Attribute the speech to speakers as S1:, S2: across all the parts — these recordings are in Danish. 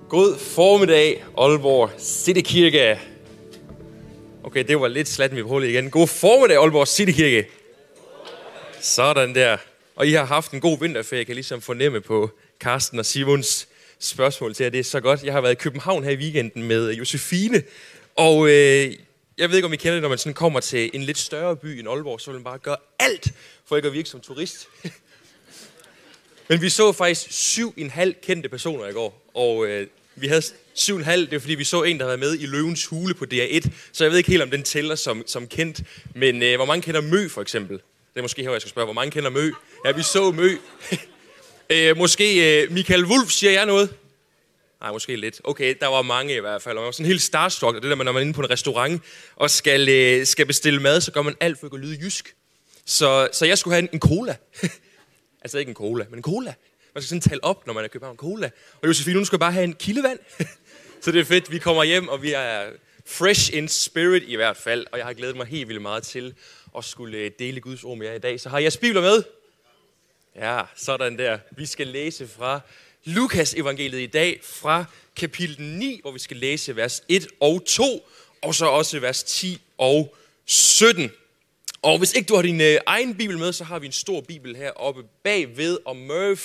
S1: God formiddag, Aalborg Citykirke. Okay, det var lidt slat, vi prøver lige igen. God formiddag, Aalborg Citykirke. Sådan der. Og I har haft en god vinterferie, jeg kan ligesom fornemme på Karsten og Simons spørgsmål til, at det er så godt. Jeg har været i København her i weekenden med Josefine, og jeg ved ikke, om I kender det, når man sådan kommer til en lidt større by end Aalborg, så vil man bare gøre alt for ikke at virke som turist. Men vi så faktisk 7,5 kendte personer i går, og vi havde 7,5, det er fordi vi så en, der havde været med i Løvens Hule på DR1, så jeg ved ikke helt, om den tæller som kendt. Men hvor mange kender Mø for eksempel? Det er måske her, jeg skal spørge, hvor mange kender Mø? Ja, vi så Mø. Måske Michael Wulff, siger jeg noget? Nej, måske lidt. Okay, der var mange i hvert fald, og man var sådan helt starstruck, og det der, når man er inde på en restaurant og skal bestille mad, så gør man alt for at lyde jysk. Så jeg skulle have en cola. Altså ikke en cola, men en cola. Man skal sådan tale op, når man er købt en cola. Og Josefine, hun skal bare have en kildevand. Så det er fedt, vi kommer hjem, og vi er fresh in spirit i hvert fald. Og jeg har glædet mig helt vildt meget til at skulle dele Guds ord med jer i dag. Så har jeg bibler med? Ja, sådan der. Vi skal læse fra Lukas evangeliet i dag, fra kapitel 9, hvor vi skal læse vers 1 og 2, og så også vers 10 og 17. Og hvis ikke du har din egen bibel med, så har vi en stor bibel heroppe bagved, og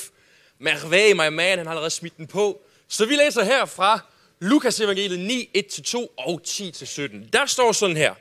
S1: Merve, my man, han har allerede smidt den på. Så vi læser her fra Lukas evangeliet 9, 1-2 og 10-17. Der står sådan her.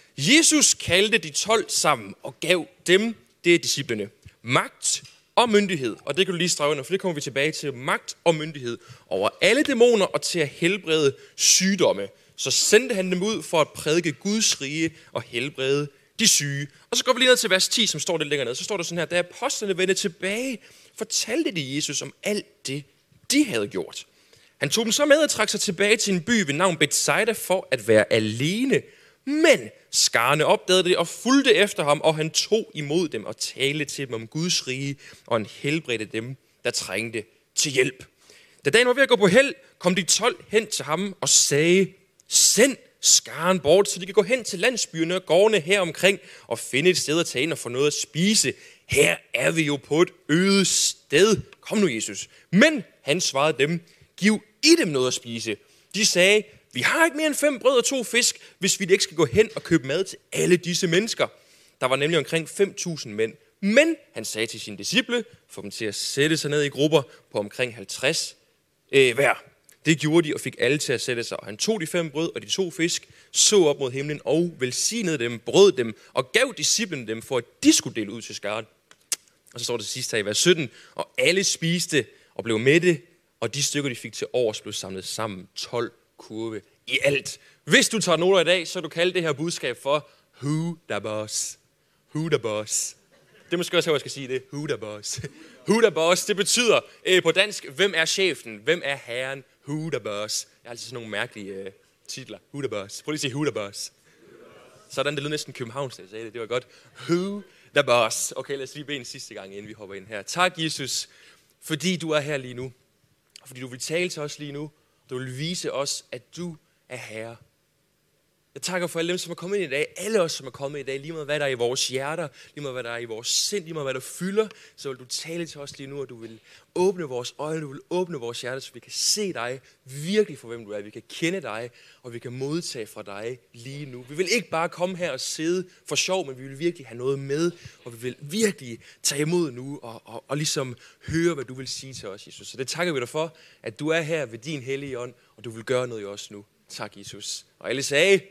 S1: Jesus kaldte de 12 sammen og gav dem, det er disciplene, magt og myndighed. Og det kan du lige strege under, for det kommer vi tilbage til. Magt og myndighed over alle dæmoner og til at helbrede sygdomme. Så sendte han dem ud for at prædike Guds rige og helbrede de syge. Og så går vi lige ned til vers 10, som står lidt længere ned. Så står der sådan her, da apostlene vendte tilbage, fortalte de Jesus om alt det, de havde gjort. Han tog dem så med og trak sig tilbage til en by ved navn Bethsaida for at være alene. Men skarne opdagede det og fulgte efter ham, og han tog imod dem og talte til dem om Guds rige, og han helbredte dem, der trængte til hjælp. Da dagen var ved at gå på held, kom de 12 hen til ham og sagde, send skaren bort, så de kan gå hen til landsbyerne og gårdene her omkring og finde et sted at tage ind og få noget at spise. Her er vi jo på et øde sted. Kom nu, Jesus. Men han svarede dem, giv I dem noget at spise. De sagde, vi har ikke mere end 5 brød og 2 fisk, hvis vi ikke skal gå hen og købe mad til alle disse mennesker. Der var nemlig omkring 5.000 mænd. Men han sagde til sine disciple, få dem til at sætte sig ned i grupper på omkring 50 hver. Det gjorde de og fik alle til at sætte sig. Og han tog de 5 brød og de 2 fisk, så op mod himlen og velsignede dem, brød dem og gav disciplene dem, for at de skulle dele ud til skaren. Og så står det til sidst her i vers 17, og alle spiste og blev mætte, og de stykker, de fik til overs, blev samlet sammen 12 kurve i alt. Hvis du tager noter i dag, så du kalde det her budskab for Who the Boss? Who the Boss? Det er måske også, hvor jeg skal sige det. Who the Boss? Who the Boss, det betyder på dansk, hvem er chefen? Hvem er herren? Who the Boss? Jeg har altid sådan nogle mærkelige titler. Who the Boss? Prøv lige at sige Who the Boss. Sådan, det lød næsten Københavns, da jeg sagde det. Det var godt. Who the Boss? Okay, lad os lige bede en sidste gang, inden vi hopper ind her. Tak, Jesus, fordi du er her lige nu. Fordi du vil tale til os lige nu. Du vil vise os, at du er herre. Jeg takker for alle dem, som er kommet ind i dag. Alle os, som er kommet i dag. Lige meget hvad der er i vores hjerter. Lige meget hvad der er i vores sind. Lige meget hvad der fylder. Så vil du tale til os lige nu, og du vil åbne vores øjne. Du vil åbne vores hjerter, så vi kan se dig virkelig for hvem du er. Vi kan kende dig, og vi kan modtage fra dig lige nu. Vi vil ikke bare komme her og sidde for sjov, men vi vil virkelig have noget med. Og vi vil virkelig tage imod nu og ligesom høre, hvad du vil sige til os, Jesus. Så det takker vi dig for, at du er her ved din hellige ånd, og du vil gøre noget i os nu. Tak, Jesus. Og alle sagde,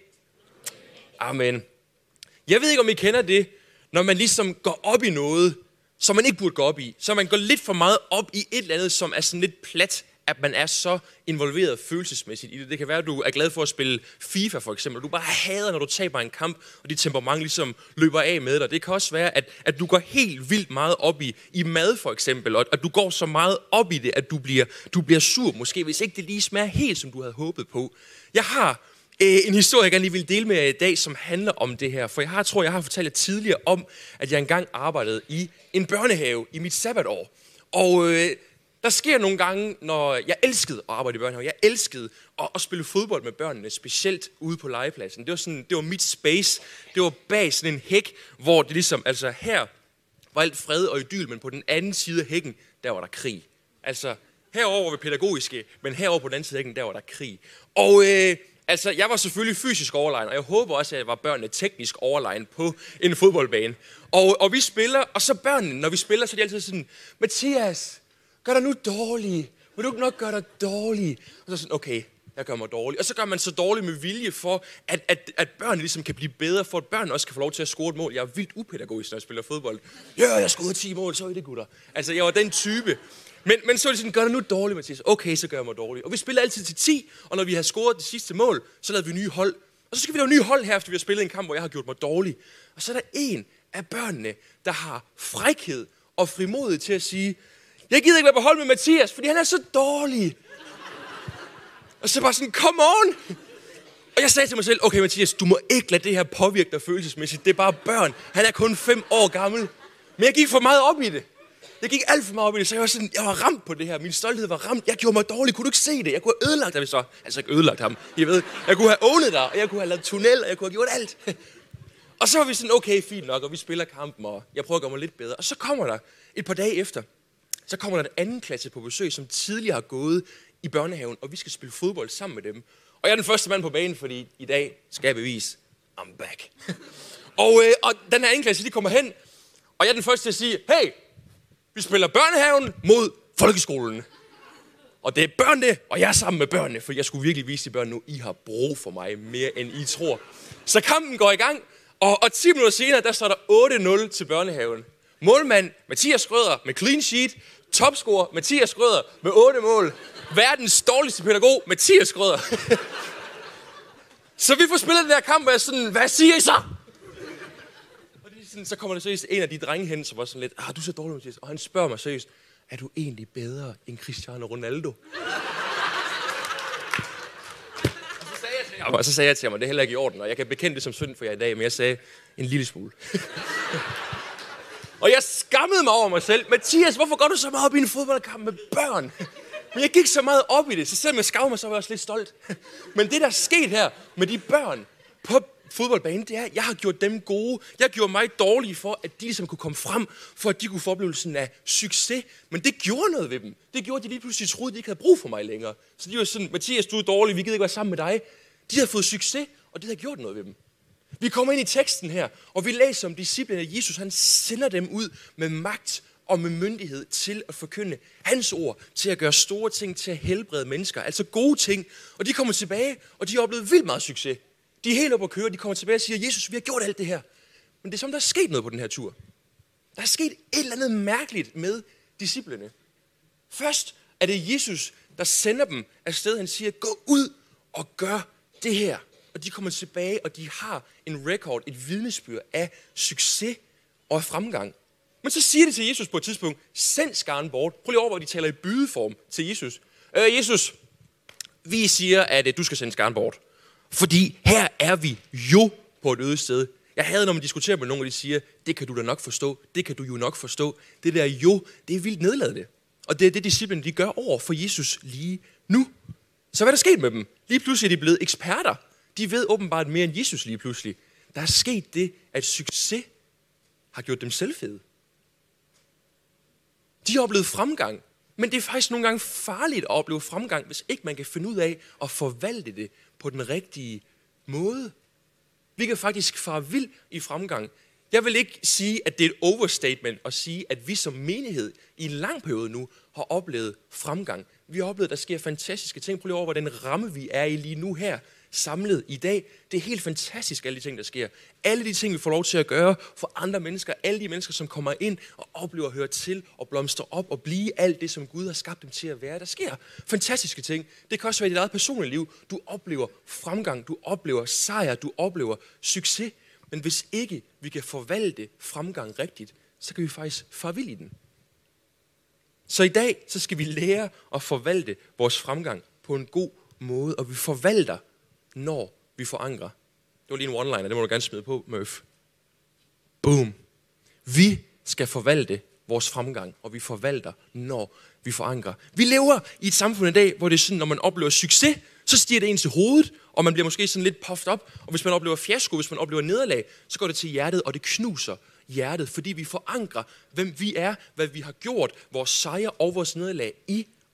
S1: amen. Jeg ved ikke, om I kender det, når man ligesom går op i noget, som man ikke burde gå op i. Så man går lidt for meget op i et eller andet, som er sådan lidt plat, at man er så involveret følelsesmæssigt i det. Det kan være, at du er glad for at spille FIFA for eksempel, og du bare hader, når du taber en kamp, og dit temperament ligesom løber af med dig. Det kan også være, at du går helt vildt meget op i mad for eksempel, og at du går så meget op i det, at du bliver sur måske, hvis ikke det lige smager helt, som du havde håbet på. Jeg har en historie, jeg gerne lige vil dele med jer i dag, som handler om det her. For jeg har fortalt jer tidligere om, at jeg engang arbejdede i en børnehave i mit sabbatår. Og der sker nogle gange, når jeg elskede at arbejde i børnehave. Jeg elskede at spille fodbold med børnene, specielt ude på legepladsen. Det var mit space. Det var bag sådan en hæk, hvor det ligesom, altså her var alt fred og idyl, men på den anden side af hækken, der var der krig. Altså Herover var vi pædagogiske, men herover på den anden side der var der krig. Og jeg var selvfølgelig fysisk overlegen, og jeg håber også, at jeg var børnene teknisk overlegen på en fodboldbane. Og vi spiller, og så børnene, når vi spiller, så er de altid sådan, Mathias, gør dig nu dårlig. Vil du ikke nok gøre dig dårlig? Og så sådan, okay, jeg gør mig dårlig. Og så gør man så dårligt med vilje for, at børnene ligesom kan blive bedre, for at børnene også kan få lov til at score et mål. Jeg er vildt upædagogisk, når jeg spiller fodbold. Ja, jeg scorede 10 mål, så er det, gutter. Altså, jeg var den type. Men så er det sådan, gør dig nu dårlig, Mathias. Okay, så gør jeg mig dårlig. Og vi spiller altid til 10, og når vi har scoret det sidste mål, så lavede vi nye hold. Og så skal vi lave nye hold her, efter vi har spillet en kamp, hvor jeg har gjort mig dårlig. Og så er der en af børnene, der har frækhed og frimodighed til at sige, jeg gider ikke være på hold med Mathias, fordi han er så dårlig. Og så bare sådan, come on! Og jeg sagde til mig selv, okay Mathias, du må ikke lade det her påvirke dig følelsesmæssigt. Det er bare børn. Han er kun 5 år gammel. Men jeg gik for meget op i det. Jeg gik alt for meget op i det, så jeg var ramt på det her. Min stolthed var ramt. Jeg gjorde mig dårlig. Kunne du ikke se det? Jeg kunne have ødelagt ham så. Altså ikke ødelagt ham. Jeg kunne have ownet dig, og jeg kunne have lavet tunnel, og jeg kunne have gjort alt. Og så var vi sådan, okay, fint nok, og vi spiller kampen, og jeg prøver at gøre mig lidt bedre. Og så kommer der et par dage efter, så kommer der en anden klasse på besøg, som tidligere har gået i børnehaven, og vi skal spille fodbold sammen med dem. Og jeg er den første mand på banen, fordi i dag skal jeg bevise, I'm back. og den her anden klasse, de kommer hen, og jeg er den første til at sige, hey, vi spiller børnehaven mod folkeskolen. Og det er børnene, og jeg er sammen med børnene, for jeg skulle virkelig vise de børn nu, I har brug for mig mere, end I tror. Så kampen går i gang, og 10 minutter senere, der står der 8-0 til børnehaven. Målmand Mathias Schrøder med clean sheet. Topscorer Mathias Schrøder med 8 mål. Verdens dårligste pædagog Mathias Schrøder. Så vi får spillet den der kamp, og jeg er sådan, hvad siger I så? Og det er sådan, så kommer der seriøst en af de drenge hen, som var sådan lidt, du er så dårlig, Mathias. Og han spørger mig seriøst, er du egentlig bedre end Cristiano Ronaldo? Og så sagde jeg til ham, det er heller ikke i orden, og jeg kan bekende det som synd for jer i dag, men jeg sagde en lille smule. Og jeg skammede mig over mig selv. Mathias, hvorfor går du så meget op i en fodboldkamp med børn? Men jeg gik så meget op i det, så selvom jeg skammede mig, så var jeg også lidt stolt. Men det, der er sket her med de børn på fodboldbanen, det er, at jeg har gjort dem gode. Jeg gjorde mig dårlige for, at de ligesom kunne komme frem, for at de kunne få oplevelsen af succes. Men det gjorde noget ved dem. Det gjorde, at de lige pludselig troede, at de ikke havde brug for mig længere. Så de var sådan, Mathias, du er dårlig, vi gider ikke være sammen med dig. De havde fået succes, og det havde gjort noget ved dem. Vi kommer ind i teksten her, og vi læser om disciplene af Jesus. Han sender dem ud med magt og med myndighed til at forkynde hans ord, til at gøre store ting, til at helbrede mennesker, altså gode ting. Og de kommer tilbage, og de har oplevet vildt meget succes. De er helt oppe at køre, de kommer tilbage og siger, Jesus, vi har gjort alt det her. Men det er som, der er sket noget på den her tur. Der er sket et eller andet mærkeligt med disciplene. Først er det Jesus, der sender dem afsted. Han siger, gå ud og gør det her. Og de kommer tilbage, og de har en record, et vidnesbyrd af succes og fremgang. Men så siger de til Jesus på et tidspunkt, send skaren bort. Prøv lige over, hvor de taler i bydeform til Jesus. Jesus, vi siger, at du skal sende skaren bort. Fordi her er vi jo på et øde sted. Jeg havde, når man diskuterer med nogen, og de siger, det kan du da nok forstå, det kan du jo nok forstå. Det der jo, det er vildt nedladende. Og det er det, disciplene de gør over for Jesus lige nu. Så hvad er der sket med dem? Lige pludselig er de blevet eksperter. De ved åbenbart mere end Jesus lige pludselig. Der er sket det, at succes har gjort dem selvfede. De har oplevet fremgang, men det er faktisk nogle gange farligt at opleve fremgang, hvis ikke man kan finde ud af at forvalte det på den rigtige måde. Vi kan faktisk fare vild i fremgang. Jeg vil ikke sige, at det er et overstatement at sige, at vi som menighed i en lang periode nu har oplevet fremgang. Vi har oplevet, at der sker fantastiske ting. Prøv lige over, hvor den ramme, vi er i lige nu her, samlet i dag. Det er helt fantastisk, alle de ting, der sker. Alle de ting, vi får lov til at gøre for andre mennesker. Alle de mennesker, som kommer ind og oplever at høre til og blomstre op og blive alt det, som Gud har skabt dem til at være. Der sker fantastiske ting. Det kan også være i dit eget personlige liv. Du oplever fremgang, du oplever sejr, du oplever succes. Men hvis ikke vi kan forvalte fremgang rigtigt, så kan vi faktisk fare vild i den. Så i dag, så skal vi lære at forvalte vores fremgang på en god måde, og vi forvalter, når vi forankrer. Det var lige en one-liner, det må du gerne smide på, Murph. Boom. Vi skal forvalte vores fremgang, og vi forvalter, når vi forankrer. Vi lever i et samfund i dag, hvor det er sådan, når man oplever succes, så stiger det ind til hovedet, og man bliver måske sådan lidt puffed op. Og hvis man oplever fiasko, hvis man oplever nederlag, så går det til hjertet, og det knuser hjertet, fordi vi forankrer, hvem vi er, hvad vi har gjort, vores sejre og vores nederlag i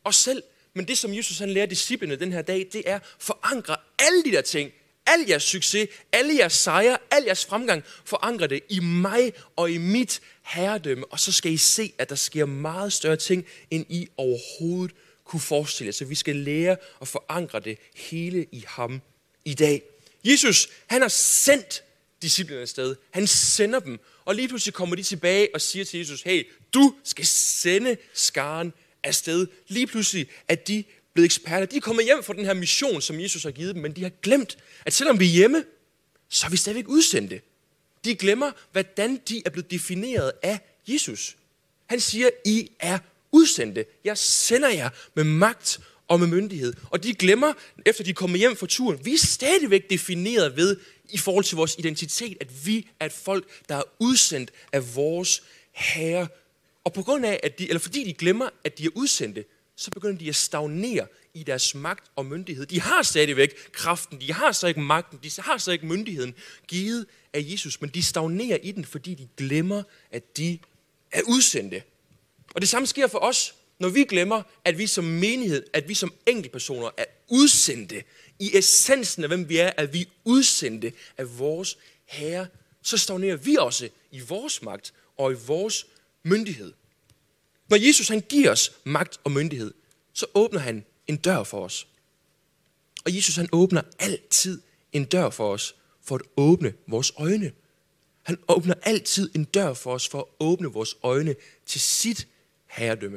S1: os selv. Men det, som Jesus han lærer disciplene den her dag, det er forankre alle de der ting, al jeres succes, alle jeres sejre, al jeres fremgang, forankre det i mig og i mit herredømme. Og så skal I se, at der sker meget større ting, end I overhovedet kunne forestille jer. Så vi skal lære at forankre det hele i ham i dag. Jesus, han har sendt disciplene afsted. Han sender dem. Og lige pludselig kommer de tilbage og siger til Jesus, hey, du skal sende skaren afsted. Lige pludselig er de blevet eksperter. De er kommet hjem fra den her mission, som Jesus har givet dem, men de har glemt, at selvom vi er hjemme, så er vi stadigvæk udsendte. De glemmer, hvordan de er blevet defineret af Jesus. Han siger, I er udsendte. Jeg sender jer med magt og med myndighed. Og de glemmer, efter de kommer hjem fra turen, vi er stadigvæk defineret ved, i forhold til vores identitet, at vi er et folk, der er udsendt af vores Herre. Og på grund af, fordi de glemmer, at de er udsendte, så begynder de at stagnere i deres magt og myndighed. De har stadigvæk kraften, de har stadigvæk magten, de har stadigvæk myndigheden givet af Jesus, men de stagnerer i den, fordi de glemmer, at de er udsendte. Og det samme sker for os, når vi glemmer, at vi som menighed, at vi som enkeltpersoner er udsendte. I essensen af, hvem vi er, at vi er udsendte af vores Herre, så stagnerer vi også i vores magt og i vores myndighed. Når Jesus han giver os magt og myndighed, så åbner han en dør for os. Og Jesus han åbner altid en dør for os, for at åbne vores øjne. Han åbner altid en dør for os, for at åbne vores øjne til sit herredømme.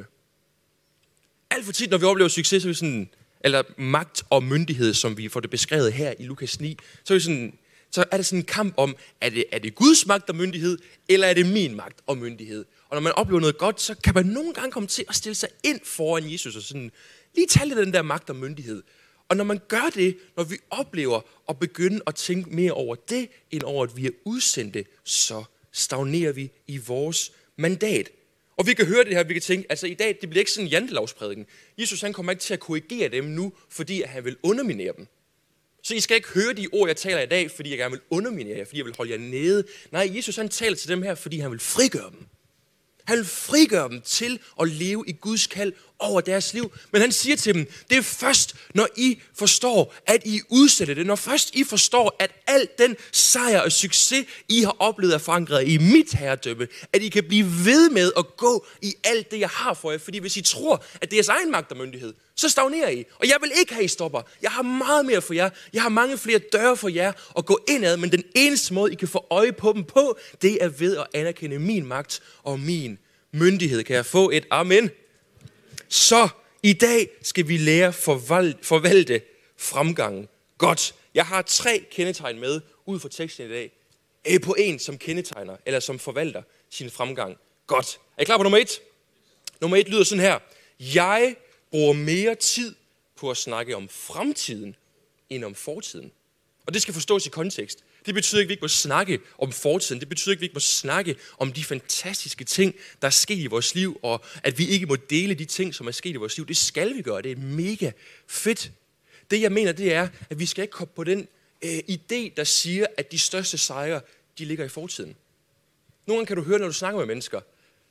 S1: Alt for tit, når vi oplever succes, så er vi sådan, eller magt og myndighed, som vi får det beskrevet her i Lukas 9, så er det sådan en kamp om, er det Guds magt og myndighed, eller er det min magt og myndighed? Og når man oplever noget godt, så kan man nogle gange komme til at stille sig ind foran Jesus og sådan, lige tage lidt af den der magt og myndighed. Og når man gør det, når vi oplever at begynde at tænke mere over det, end over at vi er udsendte, så stagnerer vi i vores mandat. Og vi kan høre det her, vi kan tænke, altså i dag, det bliver ikke sådan en jantelavsprædiken. Jesus han kommer ikke til at korrigere dem nu, fordi han vil underminere dem. Så I skal ikke høre de ord, jeg taler i dag, fordi jeg gerne vil underminere jer, fordi jeg vil holde jer nede. Nej, Jesus han taler til dem her, fordi han vil frigøre dem. Han vil frigøre dem til at leve i Guds kald over deres liv. Men han siger til dem, det er først, når I forstår, at I udsætter det. Når først I forstår, at al den sejr og succes, I har oplevet er forankret i mit herredømme, at I kan blive ved med at gå i alt det, jeg har for jer. Fordi hvis I tror, at det er jeres egen magt og myndighed, så stagnerer I. Og jeg vil ikke have, I stopper. Jeg har meget mere for jer. Jeg har mange flere døre for jer at gå indad. Men den eneste måde, I kan få øje på dem på, det er ved at anerkende min magt og min myndighed. Kan jeg få et amen? Så i dag skal vi lære forvalte fremgangen godt. Jeg har 3 kendetegn med ud fra teksten i dag. På en, som kendetegner, eller som forvalter sin fremgang godt. Er I klar på nummer 1? Nummer 1 lyder sådan her. Jeg bruger mere tid på at snakke om fremtiden, end om fortiden. Og det skal forstås i kontekst. Det betyder ikke, at vi ikke må snakke om fortiden. Det betyder ikke, at vi ikke må snakke om de fantastiske ting, der er sket i vores liv, og at vi ikke må dele de ting, som er sket i vores liv. Det skal vi gøre. Det er mega fedt. Det, jeg mener, det er, at vi skal ikke komme på den idé, der siger, at de største sejre, de ligger i fortiden. Nogle gange kan du høre, når du snakker med mennesker,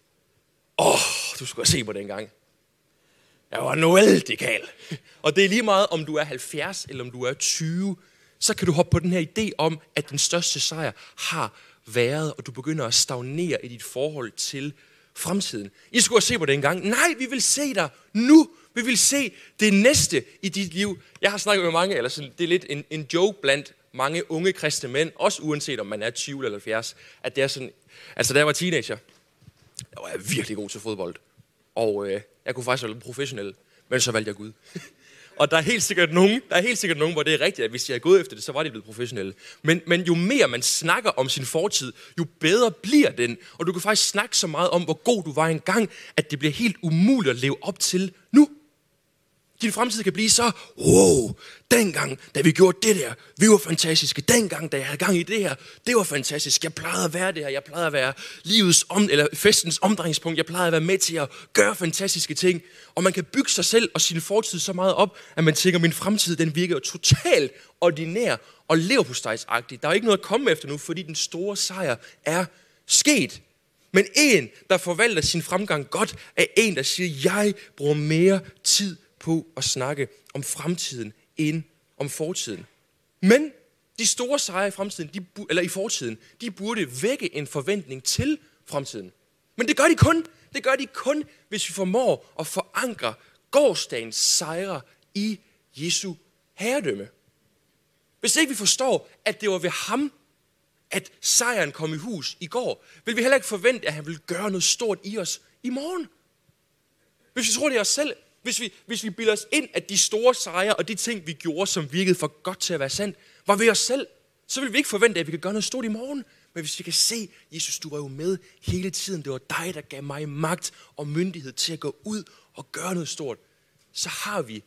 S1: du skulle se på den gang. Jeg var noel-dekal. Og det er lige meget, om du er 70 eller om du er 20, så kan du hoppe på den her idé om, at den største sejr har været, og du begynder at stagnere i dit forhold til fremtiden. I skulle se på det engang. Nej, vi vil se dig nu. Vi vil se det næste i dit liv. Jeg har snakket med mange, eller sådan, det er lidt en joke blandt mange unge kristne mænd, også uanset om man er 20 eller 70, at det er sådan, altså da jeg var teenager, der var jeg virkelig god til fodbold. Og jeg kunne faktisk være professionel, men så valgte jeg Gud. Og der er helt sikkert nogen, hvor det er rigtigt, at hvis jeg er gået efter det, så var de blevet professionelle. Men jo mere man snakker om sin fortid, jo bedre bliver den. Og du kan faktisk snakke så meget om, hvor god du var engang, at det bliver helt umuligt at leve op til nu. Din fremtid kan blive så, dengang, da vi gjorde det der, vi var fantastiske. Dengang, da jeg havde gang i det her, det var fantastisk. Jeg plejede at være det her. Jeg plejede at være eller festens omdrejningspunkt. Jeg plejede at være med til at gøre fantastiske ting. Og man kan bygge sig selv og sin fortid så meget op, at man tænker, at min fremtid, den virker jo totalt ordinær og leverpostejsagtig. Der er ikke noget at komme efter nu, fordi den store sejr er sket. Men en, der forvalter sin fremgang godt, er en, der siger, jeg bruger mere tid på at snakke om fremtiden end om fortiden. Men de store sejre i fremtiden, i fortiden, de burde vække en forventning til fremtiden. Men det gør de kun. Det gør de kun, hvis vi formår at forankre gårsdagens sejre i Jesu herredømme. Hvis ikke vi forstår, at det var ved ham, at sejren kom i hus i går, vil vi heller ikke forvente, at han vil gøre noget stort i os i morgen. Hvis vi tror det er os selv, hvis vi bilder os ind, at de store sejre og de ting, vi gjorde, som virkede for godt til at være sandt, var ved os selv, så vil vi ikke forvente, at vi kan gøre noget stort i morgen. Men hvis vi kan se, Jesus, du var jo med hele tiden. Det var dig, der gav mig magt og myndighed til at gå ud og gøre noget stort. Så har vi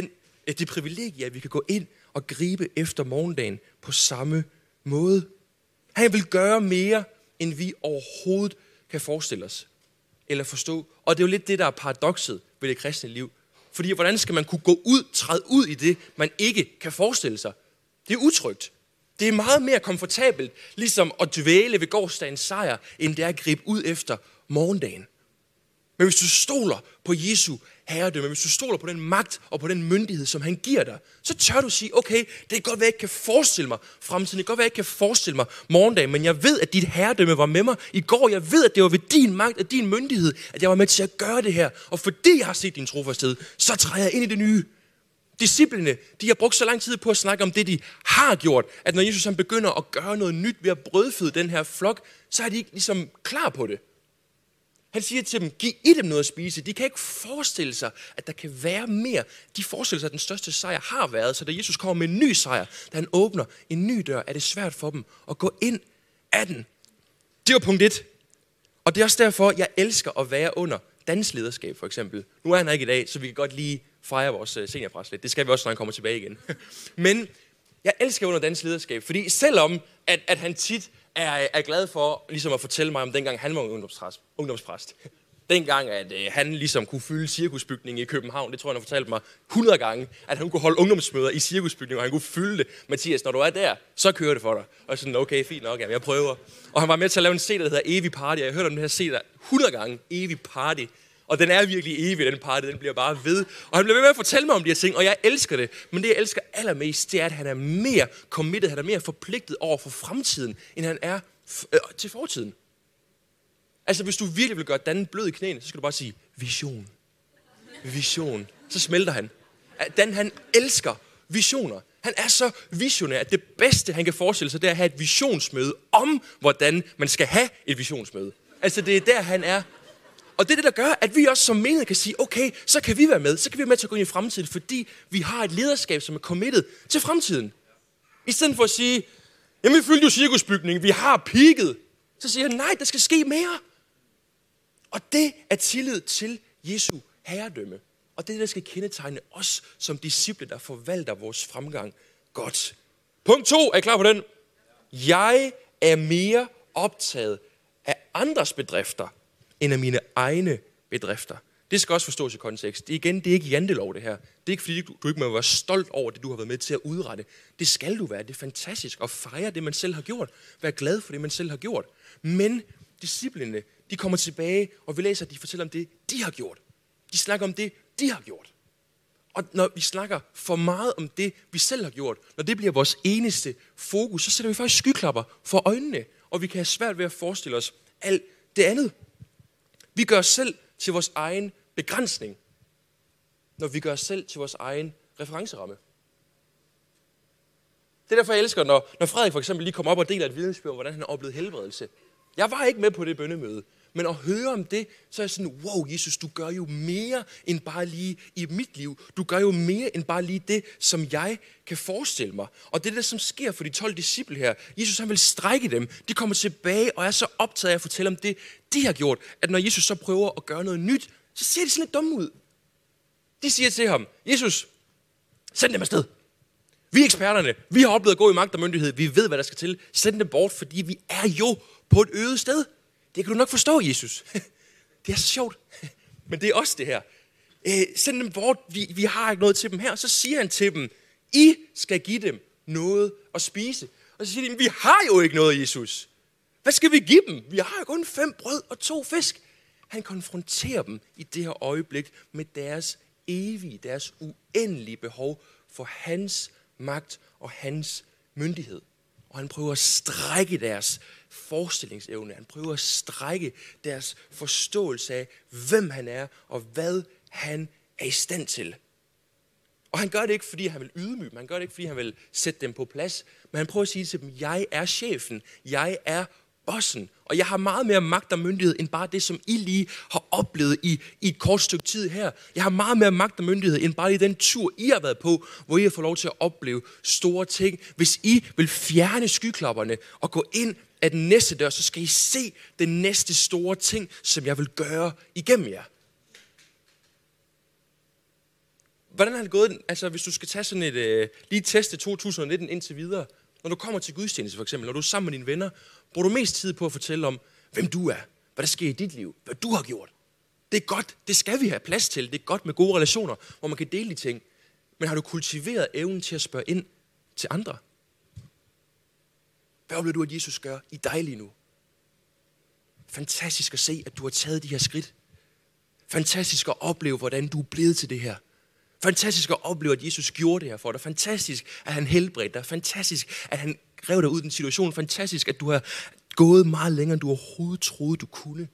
S1: det privilegie, at vi kan gå ind og gribe efter morgendagen på samme måde. Han vil gøre mere, end vi overhovedet kan forestille os eller forstå. Og det er jo lidt det, der er paradokset ved det kristne liv. Fordi hvordan skal man kunne træde ud i det, man ikke kan forestille sig? Det er utrygt. Det er meget mere komfortabelt, ligesom at dvæle ved gårsdagens sejr, end det er at gribe ud efter morgendagen. Men hvis du stoler på Jesu herredømme, hvis du stoler på den magt og på den myndighed, som han giver dig, så tør du sige, okay, det kan godt være, at jeg ikke kan forestille mig fremtiden, det kan godt være, at jeg ikke kan forestille mig morgendagen, men jeg ved, at dit herredømme var med mig i går. Jeg ved, at det var ved din magt og din myndighed, at jeg var med til at gøre det her. Og fordi jeg har set din trofasthed, så træder jeg ind i det nye. Disciplene, de har brugt så lang tid på at snakke om det, de har gjort, at når Jesus han begynder at gøre noget nyt ved at brødføde den her flok, så er de ikke ligesom klar på det. Han siger til dem, giv I dem noget at spise. De kan ikke forestille sig, at der kan være mere. De forestiller sig, at den største sejr har været. Så da Jesus kommer med en ny sejr, da han åbner en ny dør, er det svært for dem at gå ind af den. Det var punkt 1. Og det er også derfor, jeg elsker at være under danslederskab, for eksempel. Nu er han her ikke i dag, så vi kan godt lige fejre vores seniorpræst lidt. Det skal vi også, når han kommer tilbage igen. Men jeg elsker under danslederskab, fordi selvom at han tit er glad for ligesom at fortælle mig om dengang han var ungdomspræst. Dengang, at han ligesom kunne fylde cirkusbygningen i København, det tror jeg, han har fortalt mig 100 gange, at han kunne holde ungdomsmøder i cirkusbygningen, og han kunne fylde det. Mathias, når du er der, så kører det for dig. Og sådan, okay, fint nok, jeg prøver. Og han var med til at lave en CD, der hedder Evig Party, og jeg har hørt om den her CD 100 gange, Evig Party. Og den er virkelig evig, den party, den bliver bare ved. Og han bliver ved med at fortælle mig om de her ting, og jeg elsker det. Men det, jeg elsker allermest, det er, at han er mere committed, han er mere forpligtet over for fremtiden, end han er til fortiden. Altså, hvis du virkelig vil gøre Dan blød i knæene, så skal du bare sige, vision. Vision. Så smelter han. Dan, han elsker visioner. Han er så visionær, at det bedste, han kan forestille sig, det er at have et visionsmøde om, hvordan man skal have et visionsmøde. Altså, det er der, han er. Og det er det, der gør, at vi også som menighed kan sige, okay, så kan vi være med. Så kan vi være med til at gå ind i fremtiden, fordi vi har et lederskab, som er committed til fremtiden. I stedet for at sige, jamen vi fyldte jo cirkusbygningen, vi har peaked. Så siger han, nej, der skal ske mere. Og det er tillid til Jesu herredømme. Og det er det, der skal kendetegne os som disciple, der forvalter vores fremgang godt. Punkt 2, er I klar på den? Jeg er mere optaget af andres bedrifter, end af mine egne bedrifter. Det skal også forstås i kontekst. Det er ikke jantelov, det her. Det er ikke, fordi du ikke må være stolt over det, du har været med til at udrette. Det skal du være. Det er fantastisk at fejre det, man selv har gjort. Vær glad for det, man selv har gjort. Men disciplene, de kommer tilbage, og vi læser, at de fortæller om det, de har gjort. De snakker om det, de har gjort. Og når vi snakker for meget om det, vi selv har gjort, når det bliver vores eneste fokus, så sætter vi faktisk skyklapper for øjnene, og vi kan have svært ved at forestille os alt det andet. Vi gør os selv til vores egen begrænsning, når vi gør os selv til vores egen referenceramme. Det er derfor, jeg elsker, når Frederik for eksempel lige kommer op og deler et vidensbyrd om, hvordan han har oplevet helbredelse. Jeg var ikke med på det bønnemøde, men at høre om det, så er jeg sådan, wow, Jesus, du gør jo mere end bare lige i mit liv. Du gør jo mere end bare lige det, som jeg kan forestille mig. Og det er det, som sker for de 12 disciple her. Jesus, han vil strække dem. De kommer tilbage og er så optaget af at fortælle om det, de har gjort, at når Jesus så prøver at gøre noget nyt, så ser de sådan lidt dumme ud. De siger til ham, Jesus, send dem afsted. Vi er eksperterne. Vi har oplevet at gå i magt og myndighed. Vi ved, hvad der skal til. Send dem bort, fordi vi er jo på et øde sted. Det kan du nok forstå, Jesus. Det er så sjovt. Men det er også det her. Send dem bort. Vi har ikke noget til dem her. Og så siger han til dem, I skal give dem noget at spise. Og så siger de, vi har jo ikke noget, Jesus. Hvad skal vi give dem? Vi har jo kun 5 brød og 2 fisk. Han konfronterer dem i det her øjeblik med deres evige, deres uendelige behov for hans magt og hans myndighed. Og han prøver at strække deres forestillingsevne. Han prøver at strække deres forståelse af, hvem han er og hvad han er i stand til. Og han gør det ikke, fordi han vil ydmyge dem. Han gør det ikke, fordi han vil sætte dem på plads. Men han prøver at sige til dem, jeg er chefen. Jeg er bossen. Og jeg har meget mere magt og myndighed, end bare det, som I lige har oplevet i et kort stykke tid her. Jeg har meget mere magt og myndighed, end bare i den tur, I har været på, hvor I har fået lov til at opleve store ting. Hvis I vil fjerne skyklapperne og gå ind af den næste dør, så skal I se den næste store ting, som jeg vil gøre igennem jer. Hvordan har det gået, altså hvis du skal tage sådan et, lige teste 2019 indtil videre, når du kommer til gudstjeneste for eksempel, når du er sammen med dine venner, bruger du mest tid på at fortælle om, hvem du er, hvad der sker i dit liv, hvad du har gjort. Det er godt, det skal vi have plads til, det er godt med gode relationer, hvor man kan dele de ting. Men har du kultiveret evnen til at spørge ind til andre? Hvad oplever du, at Jesus gør i dig lige nu? Fantastisk at se, at du har taget de her skridt. Fantastisk at opleve, hvordan du er blevet til det her. Fantastisk at opleve, at Jesus gjorde det her for dig. Fantastisk, at han helbredte dig. Fantastisk, at han rev dig ud i den situation. Fantastisk, at du har gået meget længere, end du overhovedet troede, du kunne.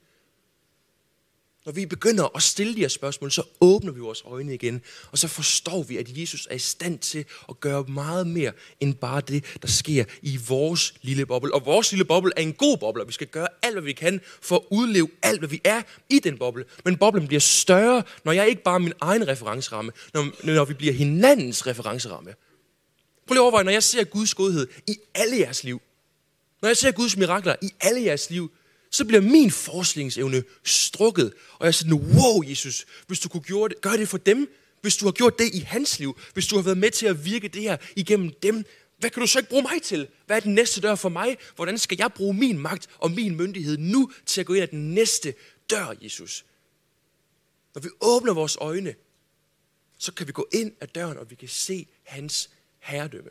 S1: Når vi begynder at stille de her spørgsmål, så åbner vi vores øjne igen, og så forstår vi, at Jesus er i stand til at gøre meget mere, end bare det, der sker i vores lille boble. Og vores lille boble er en god boble, og vi skal gøre alt, hvad vi kan, for at udleve alt, hvad vi er i den boble. Men boblen bliver større, når jeg ikke bare er min egen referenceramme, når vi bliver hinandens referenceramme. Prøv lige at overveje, når jeg ser Guds godhed i alle jeres liv, når jeg ser Guds mirakler i alle jeres liv, så bliver min forestillingsevne strukket. Og jeg er sådan, wow Jesus, hvis du kunne gøre det for dem, hvis du har gjort det i hans liv, hvis du har været med til at virke det her igennem dem, hvad kan du så ikke bruge mig til? Hvad er den næste dør for mig? Hvordan skal jeg bruge min magt og min myndighed nu til at gå ind ad den næste dør, Jesus? Når vi åbner vores øjne, så kan vi gå ind ad døren, og vi kan se hans herredømme.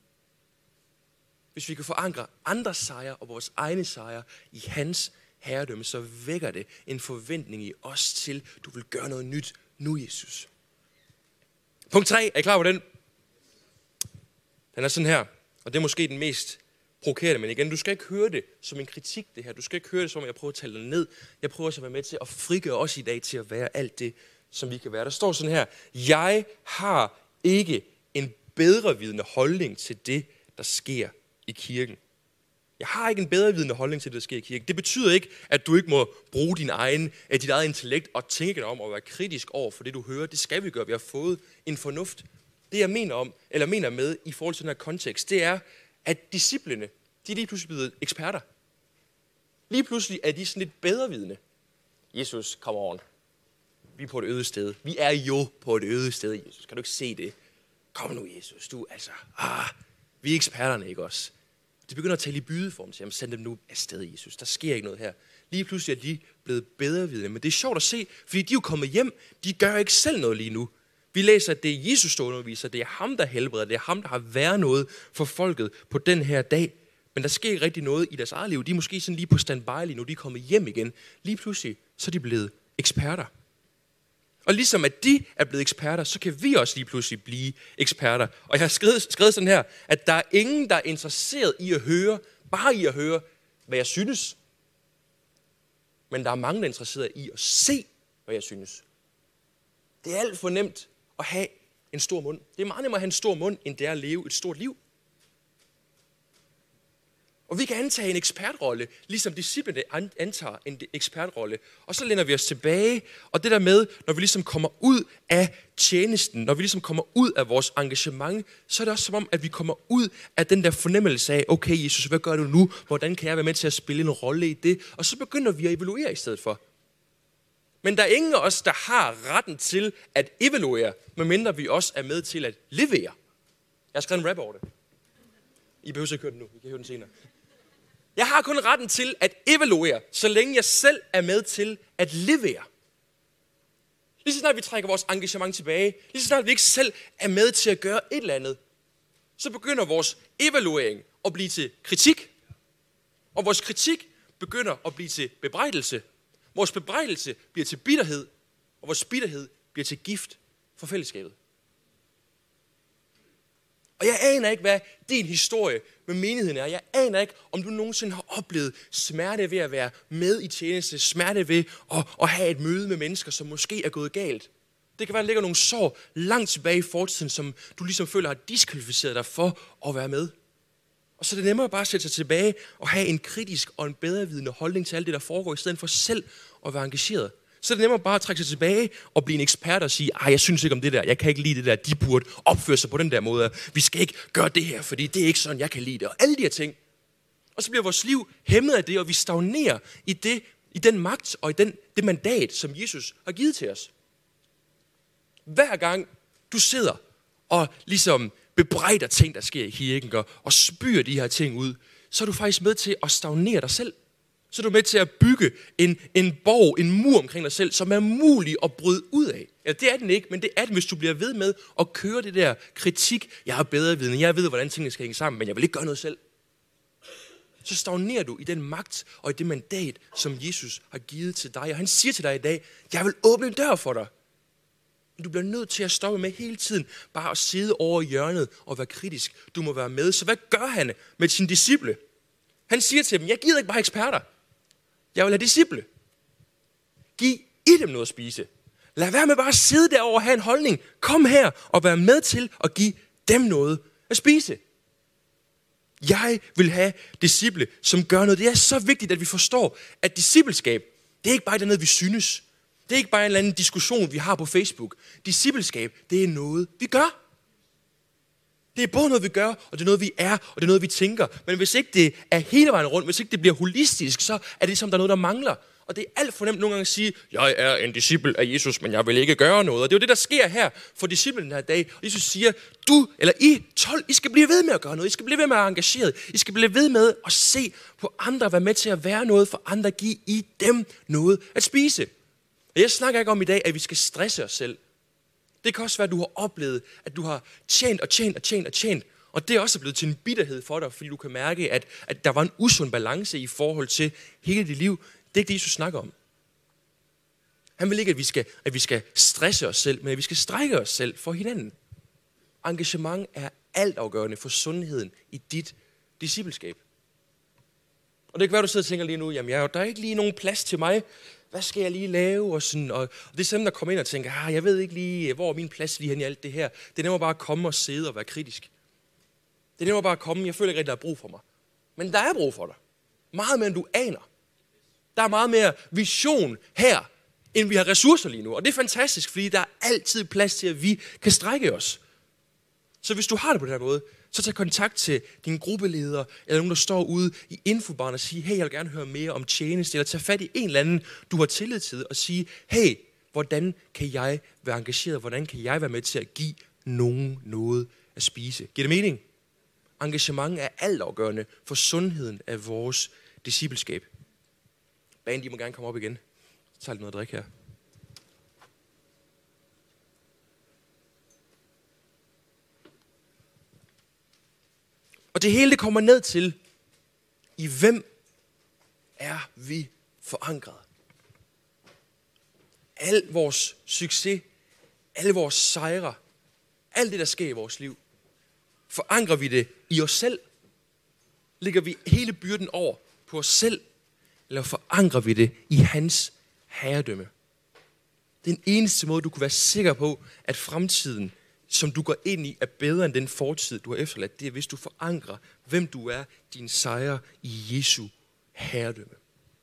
S1: Hvis vi kan forankre andres sejre og vores egne sejre i hans herredømme, så vækker det en forventning i os til, du vil gøre noget nyt nu, Jesus. Punkt 3. Er I klar på den? Den er sådan her, og det er måske den mest provokerende, men igen, du skal ikke høre det som en kritik, det her. Du skal ikke høre det som, jeg prøver at tale det ned. Jeg prøver også at være med til at frigøre os i dag til at være alt det, som vi kan være. Der står sådan her, jeg har ikke en bedrevidende holdning til det, der sker i kirken. Jeg har ikke en bedrevidende holdning til det, der sker i kirken. Det betyder ikke, at du ikke må bruge dit eget intellekt og tænke dig om at være kritisk over for det, du hører. Det skal vi gøre. Vi har fået en fornuft. Det, jeg mener med i forhold til den her kontekst, det er, at disciplene, de er lige pludselig blevet eksperter. Lige pludselig er de sådan lidt bedrevidende. Jesus, come on. Vi er på et øde sted. Vi er jo på et øde sted, Jesus. Kan du ikke se det? Kom nu, Jesus. Du, altså, vi er eksperterne, ikke også? De begynder at tale i bydeform til ham. Send dem nu afsted, Jesus. Der sker ikke noget her. Lige pludselig er de blevet bedrevidende. Men det er sjovt at se, fordi de er jo kommet hjem. De gør ikke selv noget lige nu. Vi læser, at det er Jesus, der underviser. Det er ham, der helbreder. Det er ham, der har været noget for folket på den her dag. Men der sker ikke rigtig noget i deres eget liv. De er måske sådan lige på standby lige nu. De er kommet hjem igen. Lige pludselig, så er de blevet eksperter. Og ligesom at de er blevet eksperter, så kan vi også lige pludselig blive eksperter. Og jeg har skrevet sådan her, at der er ingen, der er interesseret i at høre, bare i at høre, hvad jeg synes. Men der er mange, der er interesseret i at se, hvad jeg synes. Det er alt for nemt at have en stor mund. Det er meget nemmere at have en stor mund, end det er at leve et stort liv. Og vi kan antage en ekspertrolle, ligesom disciplene antager en ekspertrolle. Og så lænder vi os tilbage, og det der med, når vi ligesom kommer ud af tjenesten, når vi ligesom kommer ud af vores engagement, så er det også som om, at vi kommer ud af den der fornemmelse af, okay Jesus, hvad gør du nu? Hvordan kan jeg være med til at spille en rolle i det? Og så begynder vi at evaluere i stedet for. Men der er ingen af os, der har retten til at evaluere, medmindre vi også er med til at levere. Jeg har skrevet en rap over det. I behøver ikke høre den nu, I kan høre den senere. Jeg har kun retten til at evaluere, så længe jeg selv er med til at levere. Lige så snart vi trækker vores engagement tilbage, lige så snart vi ikke selv er med til at gøre et eller andet, så begynder vores evaluering at blive til kritik. Og vores kritik begynder at blive til bebrejdelse. Vores bebrejdelse bliver til bitterhed, og vores bitterhed bliver til gift for fællesskabet. Og jeg aner ikke, hvad din historie med menigheden er. Jeg aner ikke, om du nogensinde har oplevet smerte ved at være med i tjeneste, smerte ved at have et møde med mennesker, som måske er gået galt. Det kan være, at der ligger nogle sår langt tilbage i fortiden, som du ligesom føler har diskvalificeret dig for at være med. Og så er det nemmere bare at sætte sig tilbage og have en kritisk og en bedrevidende holdning til alt det, der foregår, i stedet for selv at være engageret. Så er det nemmere bare at trække sig tilbage og blive en ekspert og sige, jeg synes ikke om det der, jeg kan ikke lide det der, de burde opføre sig på den der måde, vi skal ikke gøre det her, fordi det er ikke sådan, jeg kan lide det, og alle de her ting. Og så bliver vores liv hæmmet af det, og vi stagnerer i den magt og i det mandat, som Jesus har givet til os. Hver gang du sidder og ligesom bebrejder ting, der sker i kirken, og spyr de her ting ud, så er du faktisk med til at stagnere dig selv. Så er du med til at bygge en borg, en mur omkring dig selv, som er mulig at bryde ud af. Ja, det er den ikke, men det er den, hvis du bliver ved med at køre det der kritik. Jeg har bedre viden, jeg ved, hvordan tingene skal hænge sammen, men jeg vil ikke gøre noget selv. Så stagnerer du i den magt og i det mandat, som Jesus har givet til dig. Og han siger til dig i dag, jeg vil åbne en dør for dig. Du bliver nødt til at stoppe med hele tiden bare at sidde over i hjørnet og være kritisk. Du må være med. Så hvad gør han med sine disciple? Han siger til dem, jeg giver ikke bare eksperter. Jeg vil have disciple. Giv I dem noget at spise. Lad være med bare at sidde derovre og have en holdning. Kom her og vær med til at give dem noget at spise. Jeg vil have disciple, som gør noget. Det er så vigtigt, at vi forstår, at discipleskab, det er ikke bare noget, vi synes. Det er ikke bare en eller anden diskussion, vi har på Facebook. Discipleskab, det er noget, vi gør. Det er både noget, vi gør, og det er noget, vi er, og det er noget, vi tænker. Men hvis ikke det er hele vejen rundt, hvis ikke det bliver holistisk, så er det som, der er noget, der mangler. Og det er alt for nemt nogle gange at sige, jeg er en disciple af Jesus, men jeg vil ikke gøre noget. Og det er jo det, der sker her for disciplen den her dag. Og Jesus siger, I 12, I skal blive ved med at gøre noget. I skal blive ved med at være engageret. I skal blive ved med at se på andre, være med til at være noget for andre, give I dem noget at spise. Og jeg snakker ikke om i dag, at vi skal stresse os selv. Det kan også være, at du har oplevet, at du har tjent, og det er også blevet til en bitterhed for dig, fordi du kan mærke, at der var en usund balance i forhold til hele dit liv. Det er ikke det, Jesus snakker om. Han vil ikke, at vi skal stresse os selv, men at vi skal strække os selv for hinanden. Engagement er altafgørende for sundheden i dit discipleskab. Og det kan være, du sidder og tænker lige nu, jamen der er ikke lige nogen plads til mig. Hvad skal jeg lige lave? Og det er sådan, der kommer ind og tænker, jeg ved ikke lige, hvor er min plads lige hen i alt det her. Det er nemmere bare at komme og sidde og være kritisk. Det er nemmere bare at komme, jeg føler ikke, at der er brug for mig. Men der er brug for dig. Meget mere, end du aner. Der er meget mere vision her, end vi har ressourcer lige nu. Og det er fantastisk, fordi der er altid plads til, at vi kan strække os. Så hvis du har det på den her måde, så tag kontakt til din gruppeleder, eller nogen, der står ude i infobaren og siger, hey, jeg vil gerne høre mere om tjeneste, eller tag fat i en eller anden, du har tillid til, og sige, hey, hvordan kan jeg være engageret, hvordan kan jeg være med til at give nogen noget at spise? Giver det mening? Engagement er altafgørende for sundheden af vores discipleskab. Banen, de må gerne komme op igen. Så tager lidt noget at drikke her. Og det hele det kommer ned til, i hvem er vi forankret? Al vores succes, alle vores sejre, alt det, der sker i vores liv, forankrer vi det i os selv? Lægger vi hele byrden over på os selv? Eller forankrer vi det i hans herredømme? Den eneste måde, du kunne være sikker på, at fremtiden, som du går ind i, er bedre end den fortid, du har efterladt, det er, hvis du forankrer, hvem du er, din sejr i Jesu herredømme.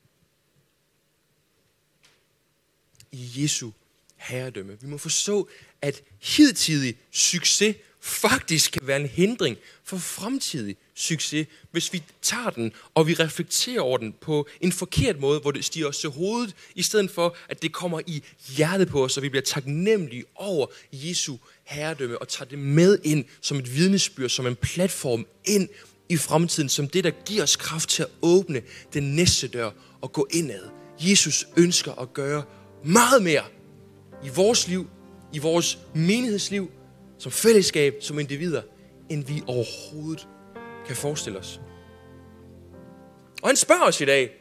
S1: I Jesu herredømme. Vi må forstå, at hidtidig succes faktisk kan være en hindring for fremtidig succes, hvis vi tager den, og vi reflekterer over den på en forkert måde, hvor det stiger os til hovedet, i stedet for, at det kommer i hjertet på os, og vi bliver taknemmelige over Jesu herredømme, og tager det med ind som et vidnesbyrd, som en platform ind i fremtiden, som det, der giver os kraft til at åbne den næste dør og gå indad. Jesus ønsker at gøre meget mere i vores liv, i vores menighedsliv, som fællesskab, som individer, end vi overhovedet kan forestille os. Og han spørger os i dag,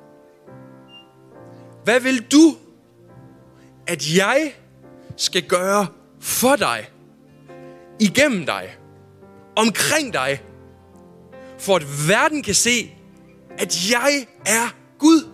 S1: hvad vil du, at jeg skal gøre for dig, igennem dig, omkring dig, for at verden kan se, at jeg er Gud?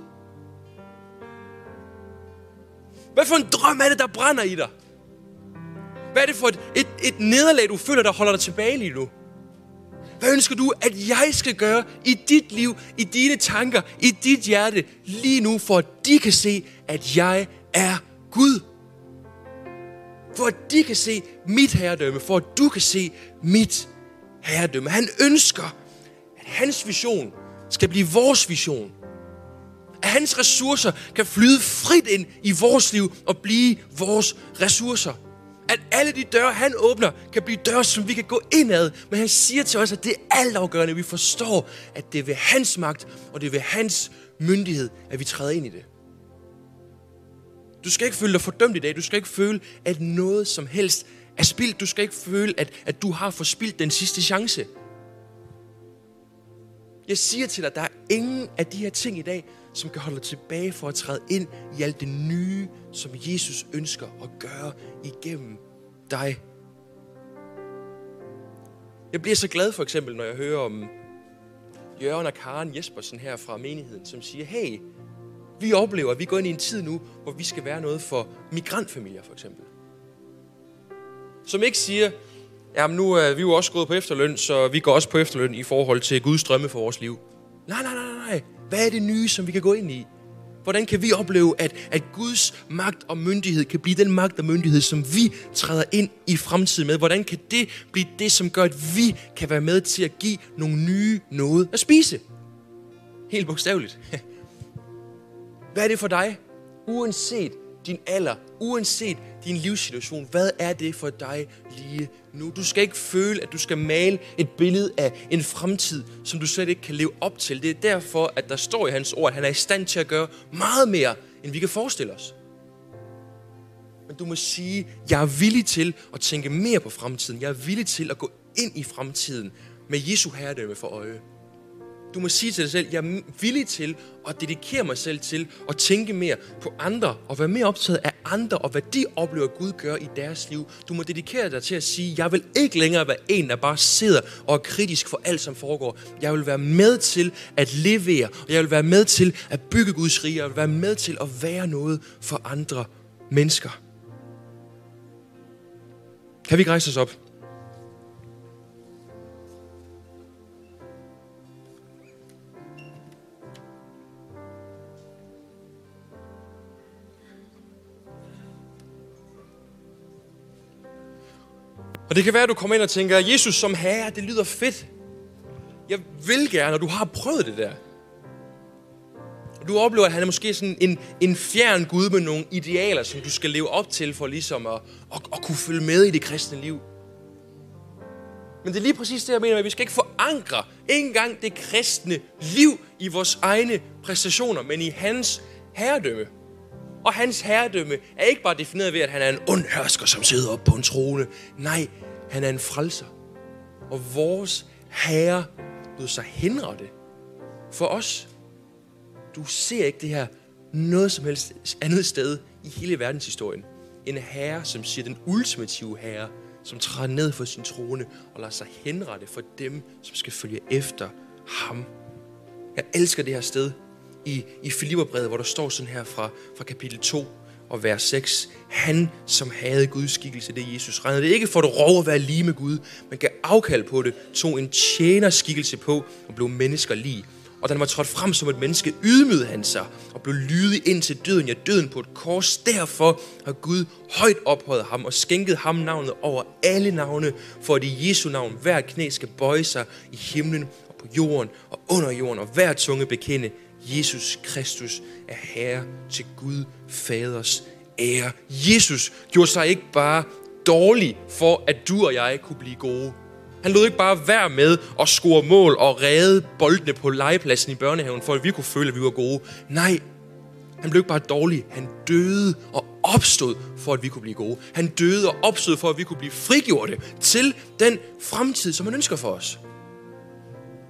S1: Hvad for en drøm er det, der brænder i dig? Hvad er det for et nederlag, du føler, der holder dig tilbage lige nu? Hvad ønsker du, at jeg skal gøre i dit liv, i dine tanker, i dit hjerte lige nu, for at de kan se, at jeg er Gud? For at de kan se mit herredømme, for at du kan se mit herredømme. Han ønsker, at hans vision skal blive vores vision. At hans ressourcer kan flyde frit ind i vores liv og blive vores ressourcer. At alle de døre, han åbner, kan blive døre, som vi kan gå indad. Men han siger til os, at det er altafgørende, at vi forstår, at det er ved hans magt, og det er ved hans myndighed, at vi træder ind i det. Du skal ikke føle dig fordømt i dag. Du skal ikke føle, at noget som helst er spildt. Du skal ikke føle, at du har forspildt den sidste chance. Jeg siger til dig, at der er ingen af de her ting i dag, som kan holde dig tilbage for at træde ind i alt det nye, som Jesus ønsker at gøre igennem dig. Jeg bliver så glad for eksempel, når jeg hører om Jørgen og Karen Jespersen her fra menigheden, som siger, hey, vi oplever, at vi går ind i en tid nu, hvor vi skal være noget for migrantfamilier for eksempel. Som ikke siger, jamen nu er vi jo også gået på efterløn, så vi går også på efterløn i forhold til Guds drømme for vores liv. Nej. Hvad er det nye, som vi kan gå ind i? Hvordan kan vi opleve, at Guds magt og myndighed kan blive den magt og myndighed, som vi træder ind i fremtiden med? Hvordan kan det blive det, som gør, at vi kan være med til at give nogle nye noget at spise? Helt bogstaveligt. Hvad er det for dig? Uanset din alder, uanset din livssituation, hvad er det for dig lige nu? Du skal ikke føle, at du skal male et billede af en fremtid, som du slet ikke kan leve op til. Det er derfor, at der står i hans ord, at han er i stand til at gøre meget mere, end vi kan forestille os. Men du må sige, jeg er villig til at tænke mere på fremtiden. Jeg er villig til at gå ind i fremtiden med Jesu herredømme for øje. Du må sige til dig selv, jeg er villig til at dedikere mig selv til at tænke mere på andre og være mere optaget af andre og hvad de oplever, at Gud gør i deres liv. Du må dedikere dig til at sige, jeg vil ikke længere være en, der bare sidder og er kritisk for alt, som foregår. Jeg vil være med til at levere, og jeg vil være med til at bygge Guds rige, og jeg vil være med til at være noget for andre mennesker. Kan vi ikke rejse os op? Og det kan være, at du kommer ind og tænker, Jesus som herre, det lyder fedt. Jeg vil gerne, og du har prøvet det der. Og du oplever, at han er måske sådan en fjern Gud med nogle idealer, som du skal leve op til for ligesom at kunne følge med i det kristne liv. Men det er lige præcis det, jeg mener, at vi skal ikke forankre ikke engang det kristne liv i vores egne præstationer, men i hans herredømme. Og hans herredømme er ikke bare defineret ved, at han er en ond hersker, som sidder oppe på en trone. Nej, han er en frelser. Og vores herre lod sig henrette for os. Du ser ikke det her noget som helst andet sted i hele verdenshistorien. En herre, som siger den ultimative herre, som træder ned for sin trone og lader sig henrette for dem, som skal følge efter ham. Jeg elsker det her sted i Filipperbrevet, hvor der står sådan her fra kapitel 2 og vers 6. Han, som havde Guds skikkelse, det er Jesus, regnede det ikke for at rove at være lige med Gud, men gav afkald på det, tog en tjenerskikkelse på og blev mennesker lig. Og da han var trådt frem som et menneske, ydmygede han sig og blev lydig ind til døden, ja døden på et kors. Derfor har Gud højt ophøjet ham og skænket ham navnet over alle navne, for at i Jesu navn hver knæ skal bøje sig i himlen og på jorden og under jorden, og hver tunge bekende, Jesus Kristus er Herre til Gud Faders ære. Jesus gjorde sig ikke bare dårlig for, at du og jeg kunne blive gode. Han lod ikke bare være med at score mål og redde boldene på legepladsen i børnehaven, for at vi kunne føle, at vi var gode. Nej, han blev ikke bare dårlig. Han døde og opstod, for at vi kunne blive gode. Han døde og opstod, for at vi kunne blive frigjorte til den fremtid, som han ønsker for os.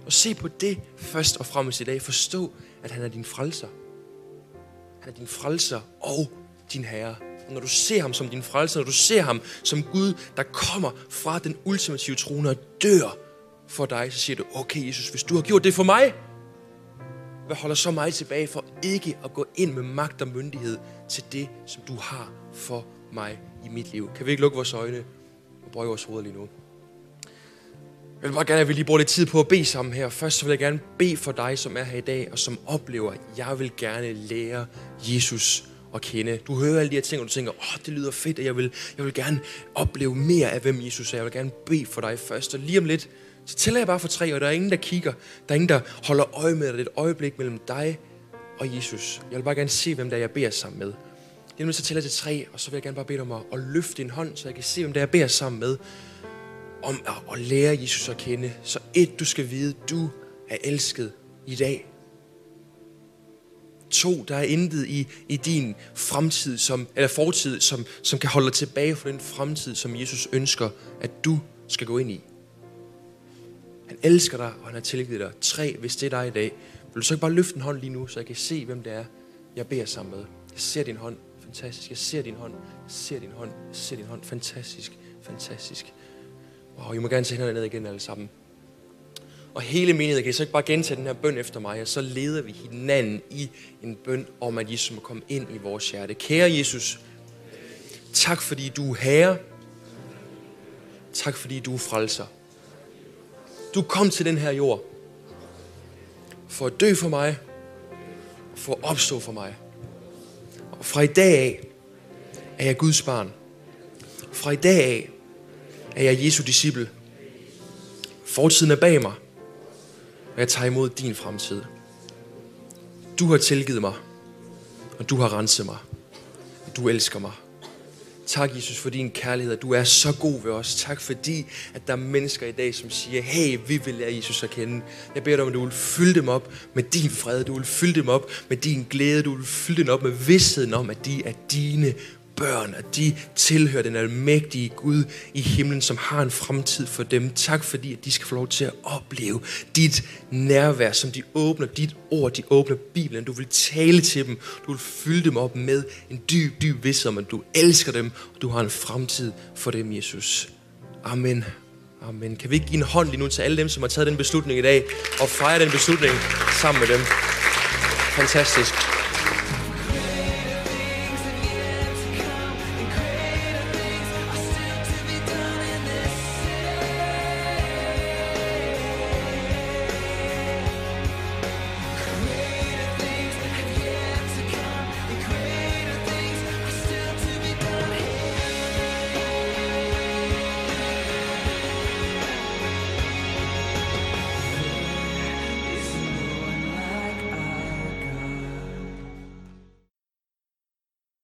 S1: Og se på det først og fremmest i dag. Forstå, at han er din frelser. Han er din frelser og din herre. Og når du ser ham som din frelser, når du ser ham som Gud, der kommer fra den ultimative trone og dør for dig, så siger du, okay Jesus, hvis du har gjort det for mig, hvad holder så mig tilbage for ikke at gå ind med magt og myndighed til det, som du har for mig i mit liv? Kan vi ikke lukke vores øjne og bøje vores hoveder lige nu? Jeg vil bare gerne, at vi lige bruger lidt tid på at bede sammen her. Først så vil jeg gerne bede for dig, som er her i dag, og som oplever, at jeg vil gerne lære Jesus at kende. Du hører alle de her ting, og du tænker, det lyder fedt, og jeg vil gerne opleve mere af, hvem Jesus er. Jeg vil gerne bede for dig først. Og lige om lidt, så tæller jeg bare for 3, og der er ingen, der kigger. Der er ingen, der holder øje med dig. Det er et øjeblik mellem dig og Jesus. Jeg vil bare gerne se, hvem der jeg beder sammen med. Lige om lidt, så tæller jeg til 3, og så vil jeg gerne bare bede dig om at løfte din hånd, så jeg kan se, hvem der jeg beder sammen med. Om at lære Jesus at kende. Så du skal vide, du er elsket i dag. 2, der er intet i din fremtid, fortid, som kan holde dig tilbage fra den fremtid, som Jesus ønsker, at du skal gå ind i. Han elsker dig, og han har tilgivet dig. 3, hvis det er dig i dag, vil du så ikke bare løfte en hånd lige nu, så jeg kan se, hvem det er, jeg beder sammen med. Jeg ser din hånd. Fantastisk. Jeg ser din hånd. Jeg ser din hånd. Jeg ser din hånd. Fantastisk. Fantastisk. Wow, I må gerne tage hænderne ned igen alle sammen. Og hele menigheden, kan I så ikke bare gentage den her bøn efter mig, og så leder vi hinanden i en bøn om, at Jesus må komme ind i vores hjerte. Kære Jesus, tak fordi du er herre. Tak fordi du er frelser. Du kom til den her jord for at dø for mig, og for at opstå for mig. Og fra i dag af er jeg Guds barn. Fra i dag af er jeg Jesu disciple. Fortiden er bag mig, og jeg tager imod din fremtid. Du har tilgivet mig, og du har renset mig, og du elsker mig. Tak, Jesus, for din kærlighed, at du er så god ved os. Tak fordi, at der er mennesker i dag, som siger, hey, vi vil lære Jesus at kende. Jeg beder dig om, at du vil fylde dem op med din fred. Du vil fylde dem op med din glæde. Du vil fylde dem op med vidstheden om, at de er dine børn, at de tilhører den almægtige Gud i himlen, som har en fremtid for dem. Tak fordi, at de skal få lov til at opleve dit nærvær, som de åbner dit ord, de åbner Bibelen. Du vil tale til dem, du vil fylde dem op med en dyb, dyb vidsthed om, at du elsker dem, og du har en fremtid for dem, Jesus. Amen. Amen. Kan vi ikke give en hånd lige nu til alle dem, som har taget den beslutning i dag, og fejre den beslutning sammen med dem? Fantastisk.